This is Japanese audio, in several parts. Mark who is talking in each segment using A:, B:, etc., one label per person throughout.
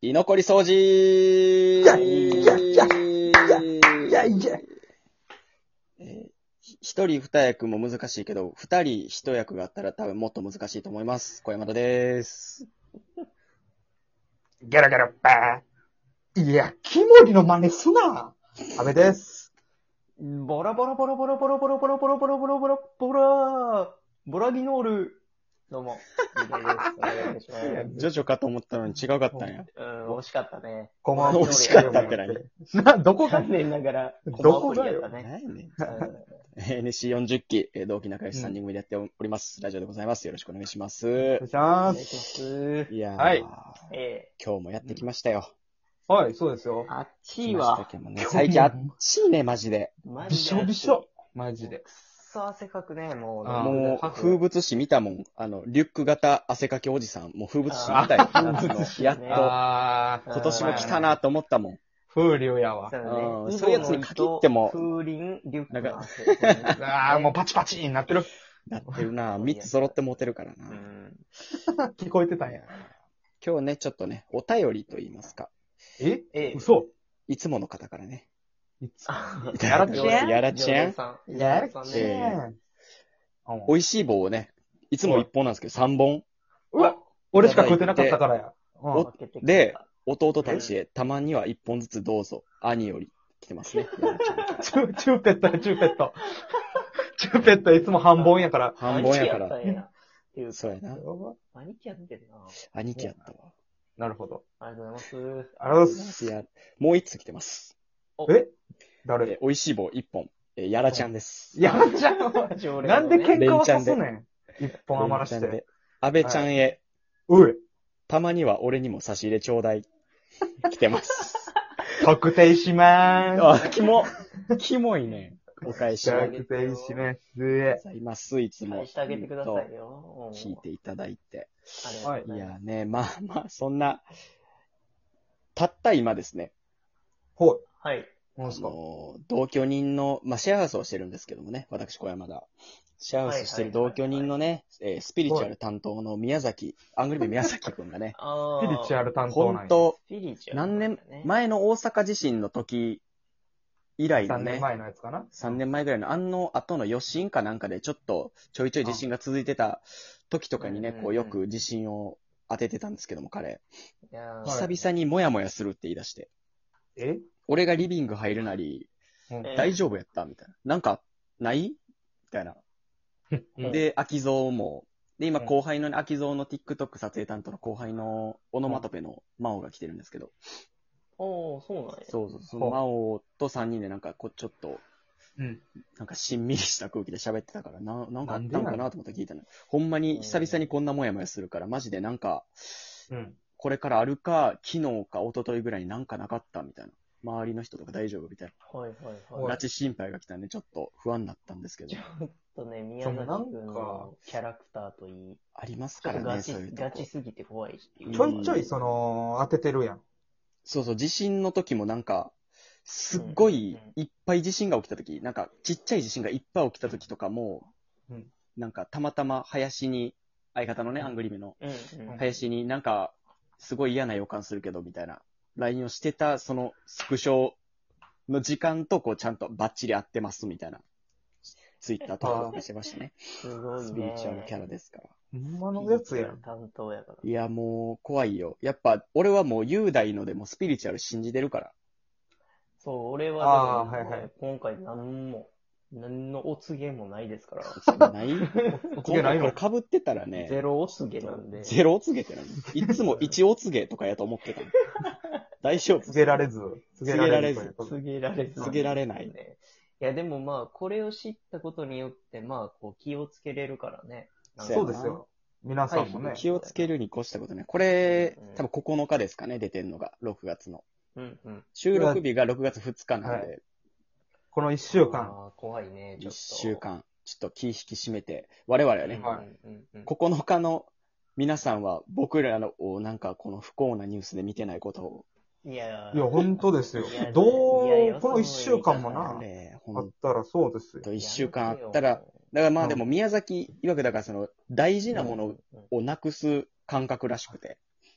A: 居残り掃除
B: いやいやいやいやいや。
A: 一人二役も難しいけど、二人一役があったら多分もっと難しいと思います。小山田です。
B: ギャラギャラッパー。いや、キモリの真似すな。阿部です。
C: ボラボラボラボラボラボラボラボラボラボラボラボラボラギノール。どうも、ゆうです。お願いします。
A: ジョジョかと思ったのに違かったんや。
C: 惜しかったね。
B: こんばんは。
A: 惜しかったって何
B: どこが
C: 残念ながら、
B: どこがよ
C: コマ送りやったね。
A: 何やねん。NC40 期、同期仲良し3人組でやっております。ラジオでございます。よろしくお願いします。
B: お願いし
C: お
B: ます。
C: 願いします。
A: いやー、
B: はい
A: 今日もやってきましたよ。
B: はい、そうですよ。
C: あっち
A: 来
C: いわ。
A: ましたけどね。最近あっちいね、マジで。
C: マ
B: びしょびしょ。マジで
C: くっ。そ汗かくね、もう。
B: あー
A: もう、風物詩見たもん。リュック型汗かきおじさん。もう風物詩見たよ。
C: あー
A: 夏の
C: 風物詩ね
A: やっと、
B: あー、
A: 今年も来たなと思ったもん。
B: 風流やわ。
A: そういうやつに限っても
C: 風鈴、リュック
A: なんか
B: あー、もうパチパチになってる。
A: なってるな。3つ揃って持てるからな。
B: 聞こえてたんや。
A: 今日ね、ちょっとね、お便りと言いますか。
B: 嘘
A: いつもの方からね。
B: いつ
A: や
B: らちゃん
A: やらちゃん
C: やらちゃん
B: え
C: ね。
A: 美味しい棒をね、いつも1本なんですけど3本。
B: うわ、俺しか食ってなかったからや。
A: おで、弟たちへたまには1本ずつどうぞ。兄より来てますね。
B: チューペットや、チューペット。チューペットいつも半本やから。
A: 半本やから。
C: ら。
A: そうやな。
C: 兄貴やってるな。
A: 兄貴やったわ。
B: なるほど。
C: ありがとうございます。
B: ありがとうございます。
A: いや、もう1つ来てます。
B: 誰
A: 美味しい棒1本。やらちゃんです。
B: やらちゃんなんで喧嘩をさすねん。一本余らして。。
A: 安倍ちゃんへ、
B: うい。
A: たまには俺にも差し入れちょうだい。来てます。
B: 特定しまーす。
A: キモいね。お返しを。
B: 特定します。
A: ございます。いつも。
C: 返してあげてくださいよ。
A: 聞いていただいて。
C: ありがとうご
A: い
C: ざいます。
A: やね、まあまあ、そんな、たった今ですね、
B: ほい。
C: はい。
B: なんすか
A: 同居人の、まあ、シェアハウスをしてるんですけどもね、私、小山田。シェアハウスしてる同居人のね、スピリチュアル担当の宮崎、アングリベ宮崎くんがね、
B: スピリチュアル担当なんや。
A: 本当
C: スピリチュアル
A: 何
C: なんだね。
A: 年、前の大阪地震の時以来の
B: 3年
A: ね、
B: 前のやつかな
A: 3年前ぐらいの後の余震かなんかでちょっとちょいちょい地震が続いてた時とかにね、こうよく地震を当ててたんですけども、彼。
C: いやー
A: 久々にモヤモヤするって言い出して。
B: え
A: 俺がリビング入るなり、大丈夫やったみたいな。なんか、ないみたいな。
B: うん
A: で、秋蔵も、で、今後輩のね、秋蔵の TikTok 撮影担当の後輩のオノマトペのマオが来てるんですけど、
C: おー、そうなんや。
A: そうそう、そのマオと3人でなんかちょっと、
B: うん。
A: なんかしんみりした空気で喋ってたから、なんかあった
B: なんでなの
A: のかなと思って聞いたの。ほんまに久々にこんなモヤモヤするから、マジでなんか、
B: うん。
A: これからあるか、昨日か一昨日ぐらいになんかなかったみたいな。周りの人とか大丈夫みたい
C: はいはい
A: な。
C: はい。
A: 拉致心配が来たんで、ちょっと不安になったんですけど
C: ち。ょっとね、宮崎くんのキャラクターといい。
A: あります
C: ちょっと
A: からね、そういうとこ。
C: ガチすぎて怖いっていう。
B: ちょいちょい当ててるやん。
A: そうそう、地震の時もなんか、すっごいいっぱい地震が起きた時、なんかちっちゃい地震がいっぱい起きた時とかも、
B: うん
A: なんかたまたま林に、相方のね、アングリメの
C: うんうん。
A: 林になんか、すごい嫌な予感するけど、みたいな、LINE をしてた、そのスクショの時間と、こう、ちゃんとバッチリ合ってます、みたいな、ツイッター投稿してましたね。
C: すごいね。
A: スピリチュアルキャラですから。
B: ほんまのやつやん。
C: 担当やから。
A: いや、もう、怖いよ。やっぱ、俺はもう雄大のでもスピリチュアル信じてるから。
C: そう、俺はでもね、
B: はいはい
C: 今回何のお告げもないですから。
A: ない
B: お告げないの
A: これ被ってたらね、
C: ゼロお告げなんで。
A: ゼロお告げって何いつも1お告げとかやと思ってたの。大丈夫
B: 告げられず。
A: 告げられず
C: 告げられず。
A: 告げられない。
C: ね。いや、でもまあ、これを知ったことによって、まあ、こう、気をつけれるからね。
B: そうですよ。皆さんもね。
A: 気をつけるに越したことね。これ
C: うん、
A: 多分9日ですかね、出てんのが。6月の。
C: うんうん。
A: 収録日が6月2日なんで、
B: この1週間。
C: あー怖いね、ちょ
A: 1
C: っと。
A: 週間、ちょっと気引き締めて、我々はね、
B: はい
A: 9日の皆さんは僕らのなんかこの不幸なニュースで見てないことを、
C: いや
B: いや、本当ですよ
C: いや。
B: ど
C: いやいや
B: う、この1週間もな、
A: ほん
B: あったらそうですよ。
A: と1週間あったら、だからまあでも宮崎曰くだからその大事なものをなくす感覚らしくて、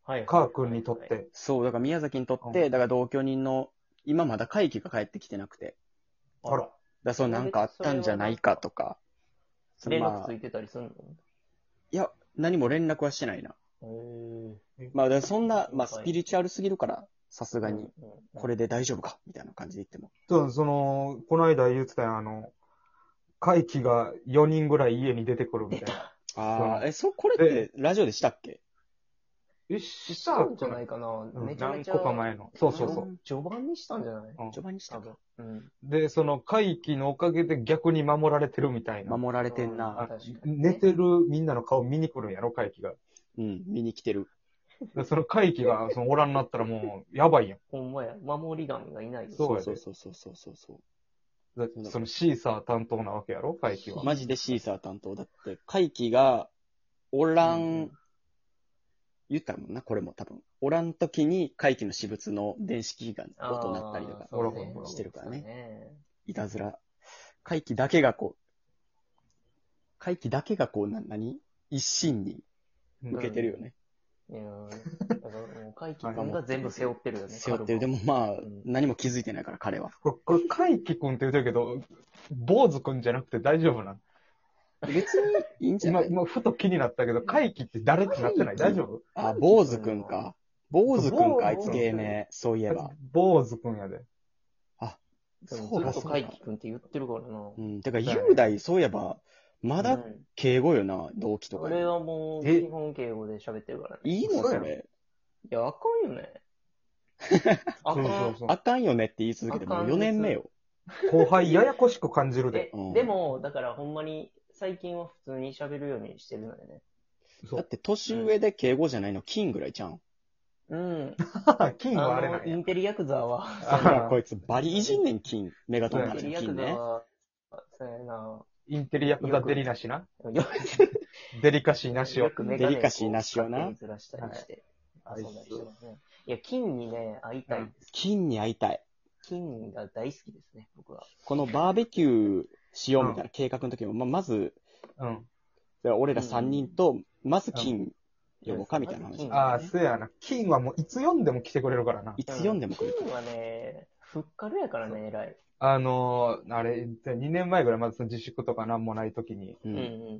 C: はい。
B: カー君にとっ。て。
A: そう、だから宮崎にとっ
B: う
A: て、だから同居人の、今まだ会期が帰ってきてなくて、
B: あら。
A: だからそうなんかあったんじゃないかとか、その
C: 連
A: まあ
C: 絡ついてたりするの？
A: いや、何も連絡はしてないな。
C: へー
A: まあ、だからそんな、まあ、スピリチュアルすぎるから、さすがに、
C: うんうん
A: これで大丈夫かみたいな感じで言っても。
B: この間言ってたよ、会期が4人ぐらい家に出てくるみたいな。
A: ああ、これってラジオでしたっけ？
C: したんじゃないかな。めちゃめちゃ。
B: 何個か前の。そうそうそう。
C: 序盤にしたんじゃない？
A: 序盤にした
C: 多
A: か。
C: 分。
B: で、その会期のおかげで逆に守られてるみたいな。
A: 守られてんな。
C: 確かに
B: 寝てるみんなの顔見に来るんやろ、会期が。
A: うん、見に来てる。
B: でその会期がおらんなったらもう、やばいやん。
C: ほんまや。守り神がいないよ。
B: そうやで
A: そうそうそうそうそうそう。
B: だそのシーサー担当なわけやろ、会期は。
A: マジでシーサー担当だって、会期がおらん、言ったもんな、これも多分。おらん時に会期の私物の電子機器が音鳴ったりとか
C: あーそうね
A: してるからね。
C: ね。
A: いたずら。会期だけがこう、会期だけがこう、何一心に受けてるよね。
C: いやーだからもう、会期君が全部背負ってるよね。
A: 背負ってる。でもまあ、何も気づいてないから、彼は。
B: これ、会期くんって言ってるけど、坊主くんじゃなくて大丈夫なの？
A: 別にいいんじゃない
B: 今、ふと気になったけど、会期って誰ってなってない？大丈夫？
A: あ、坊主くんか。坊主くんか、あいつ芸名。そういえば。
B: 坊主くんやで。
C: でも
A: そうだ
C: ずっと会期君って言ってるからな。
A: うん。てか、雄大、そういえば、まだ
C: うん
A: 敬語よな、同期とかに。
C: 俺はもう、
B: え
C: 基本敬語で喋ってるからね。
A: いいのそれ。
C: いや、あかんよね。あかん。
B: そうそうそう。
A: あかんよねって言い続けてもう4年目よ。
B: 後輩ややこしく感じるで。
C: でも、だからほんまに、最近は普通に喋るようにしてるのよね。
B: そう。
A: だって年上で敬語じゃないの金ぐらいちゃうん。
C: うん。
B: 金はあれなんや。
C: インテリヤクザは、
B: あ
A: こいつバリいじんねん、金。メガトン
C: インテリヤク
A: たちの金ね。
C: ザは、そうやな。
B: インテリヤクザデリなしな。
C: よ
B: デリカシーなしを。
C: くメガネ
A: デリカシーなしをな
C: 勝手にずらしたりして、遊んだりしてますね。いや、金にね、会いたいです。
A: 金に会いたい。
C: 金が大好きですね、僕は。
A: このバーベキューしようみたいな計画の時も、まず、
B: うん。
A: 俺ら3人と、まず金呼ぼうかみたいな話。
B: ああ、そうやな。金はもういつ読んでも来てくれるからな。
A: いつ読んでも来る。
C: 金はね、ふっかるやからね、偉い。
B: あれ、2年前ぐらいまずその自粛とかなんもない時に、
A: う。
C: うんん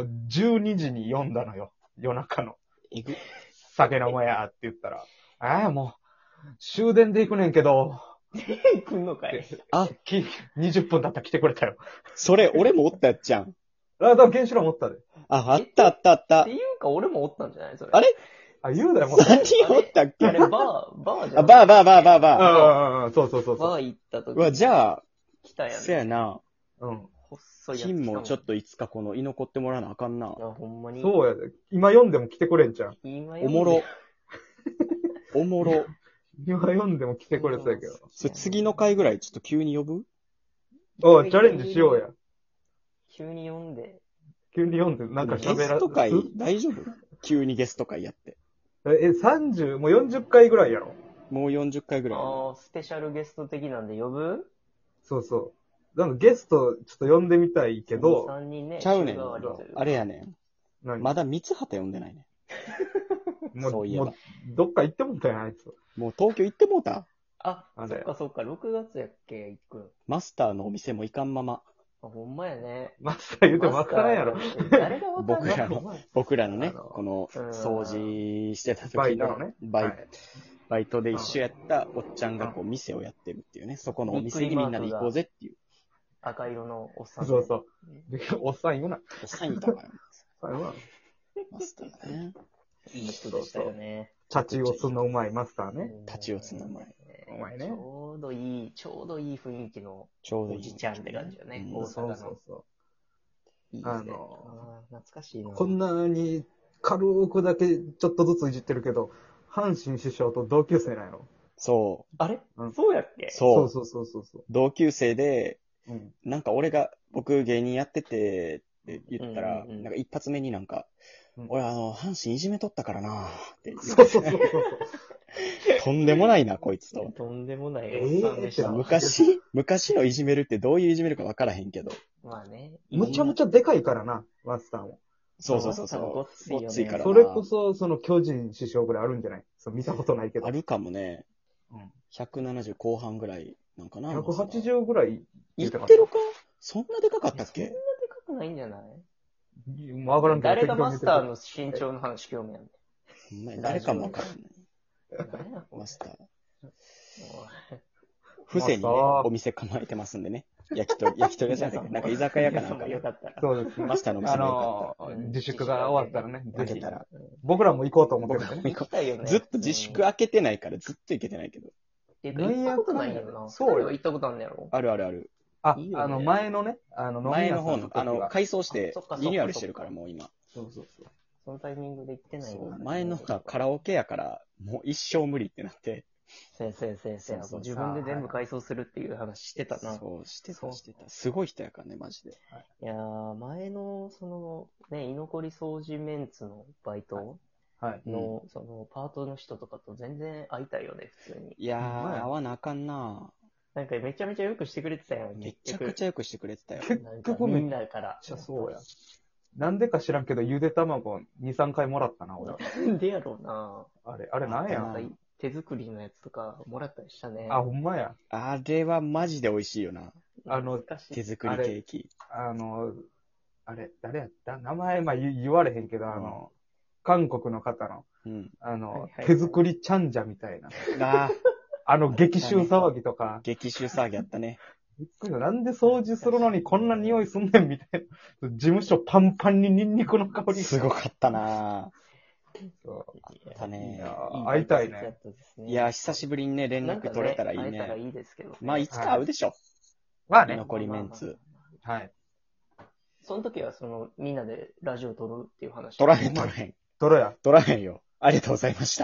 B: 12時に読んだのよ。夜中の。
A: えぐ。
B: 酒飲もうやって言ったら、ああ、もう、終電で行くねんけど、
C: うん。来んのかい。
A: あ、
B: 20分経ったら来てくれたよ。
A: それ、俺もおったやっちゃん。
B: あ、だから原子炉持ったで。
A: あ、あったあったあった
C: って。いうか、俺もおったんじゃないそれ。
A: あれ
B: あ、言うだよ、持った。
A: 何人おったっけ
C: あれ、バーじゃ
A: あ、
C: ん。
A: バー。
B: そうそうそうそ
C: バー行った時
A: うわ、じゃあ、
C: 来たやん。
A: せやな。
B: う。うん。
C: 細いやつ来た
A: 金もちょっ
C: と。
A: といつかこの居残ってもらわなあかんな。
C: いや、ほんまに。
B: そうやで。今読んでも来てくれんじゃん。
C: 今
A: おもろ。おもろ。
B: 今読んでも来てくれそうやけど。
A: それ次の回ぐらいちょっと急に呼ぶ
B: おいチャレンジしようや。
C: 急に読んで。
B: 急に読んで、なんか
A: ゲ
B: 喋ら
A: スト会大丈夫急にゲスト会やって。
B: 30、もう40回ぐらいやろ。
A: もう40回ぐらいやな。
C: ああ、スペシャルゲスト的なんで呼ぶ
B: そうそう。なんかゲストちょっと呼んでみたいけど、
C: 3人ね。
A: ちゃうねん
C: 週替わりという。
A: あれやねん。
B: 何
A: まだ三畑呼んでないね
B: も
A: そういえば
B: もうどっか行ってもったやん、あいつ。
A: ん。もう東京行ってもうた。
C: あ、
B: あれ
C: そっかそっか、6月やっけ、行く。
A: マスターのお店も行かんまま。
C: あ、ほんまやね。
B: マスター言うても分からんやろ。
C: マスター誰が分かんない
A: 僕らの僕らのね、
B: あの
A: この
C: うん
A: 掃除してた時の
B: バイトのね。はい
A: バイトで一緒やったおっちゃんがこう店をやってるっていうね、そこのお店にみんなで行こうぜっていう。
C: 赤色のおっさん。
B: そうそう。でおっさん言うな。
A: おっさんいたから、
B: おっさんは
A: マスターがね。
C: いい人でしたよね。
B: チャチオスのうまいマスターね。
A: 立ち寄つのうまい。
B: お前ね
C: ちょうどいい雰囲気の
A: ちょうどいい。
C: おじちゃんって感じよね。
A: うん
C: 大阪の。
B: そ
C: いいですね。
B: あの
C: 懐かしいな。
B: こんなに軽くだけちょっとずついじってるけど、阪神師匠と同級生なんやろ。
A: そ
C: あれ
B: うん
C: そうやっけ
A: う。そう。
B: そうそうそうそう。
A: 同級生で、
B: うん。
A: なんか僕芸人やっててって言ったら、
C: うんうんうん
A: なんか一発目になんか、
B: うん
A: 俺阪神いじめとったからなって言って
B: そうそうそうそう。
A: とんでもないな、こいつと。
C: とんでもないおっさんでした。
A: 昔のいじめるってどういういじめるかわからへんけど。
C: まあね。
B: むちゃむちゃでかいからな、マスターも。
A: そうそうそう
C: マスターごっついよね
A: ごっついからな
B: それこそ、その巨人師匠ぐらいあるんじゃない？そう、見たことないけど。
A: あるかもね。
B: うん
A: 170後半ぐらいなんかな。い
B: 180ぐらい
A: っ
B: たか
A: てるかそんなでかかったっ
C: そんな
A: け
C: でかくないんじゃない
B: もうわからんけど。
C: 誰がマスター
B: の
C: の身長の話興味ある
A: ほんまや誰かもわからんね。
C: の何やこれ
A: マスター。
C: おい
A: 伏せにね
B: マスター、
A: お店構えてますんでね。焼き鳥屋じゃなくて、なんか居酒屋かなんかね
C: よかったら。
B: そうです。
A: マスターのお店もよかっ
B: 自粛が終わったらね、ぜひ
A: 開けた。ら。
B: 僕らも行こうと思ってるんでね。
A: 僕も行こ
C: 行きたいよね。
A: ずっと自粛開けてないからずっと行けてないけど。
C: てか、行ったことないよな。
B: そうよ
C: 行ったことあるんやろ。
A: あるあるある。
B: あ、
C: いいよね
B: 前のね、
A: 前の方の、
B: 時は
A: 改装して
C: そっかそっか
A: リニューアルしてるからもう今。
B: そうそうそう。
C: そのタイミングで行ってないよ
A: そう前のがカラオケやから、もう一生無理ってなって。
C: 先生。
A: そうそう
C: 自分で全部改装するっていう話してたな。
A: そう、して
C: そう
A: たしてた。すごい人やからね、マジで。
C: いやー、前の、居残り掃除メンツのバイト
B: はい。
C: の、パートの人とかと全然会いたいよね、普通に。
A: いや
B: ほんまや
A: ー、会わなあかんな
C: なんかめちゃめちゃよくしてくれてたよ、
A: めちゃくちゃよくしてくれてたよ。
B: 結
C: なんか
B: 局めっ
C: みんなから。
B: ちゃそうや。なんでか知らんけど、ゆで卵2、3回もらったな、俺。
C: なんでやろうな。
B: あれなんや
A: あ
C: なんか手作りのやつとかもらったりしたね。
B: あ、ほんまや。
A: あれはマジで美味しいよな。
C: 懐かしい
A: 手作りケーキ。
B: 誰やった名前、言われへんけど、韓国の方の、
A: うん。
C: はい
B: 手作りチャンジャみたいな。
A: あ
B: 激臭騒ぎとか
A: ー、、激臭騒ぎやったね。
B: びっくりしたなんで掃除するのにこんな匂いすんねんみたいな。事務所パンパンにニンニクの香り。
A: すごかったな
B: そう
A: あったね
B: いや会いたいね。
A: いや、久しぶりにね、連絡取れたらいい
C: 会えたら
A: ね。
C: いいですけど、ね。
A: まあ、いつか会うでしょ。
B: まあね。
A: 残りメンツ。
B: はい。
C: その時はみんなでラジオ撮るっていう話。
A: 取らへん。
B: どれや
A: 取らへんよ。ありがとうございました。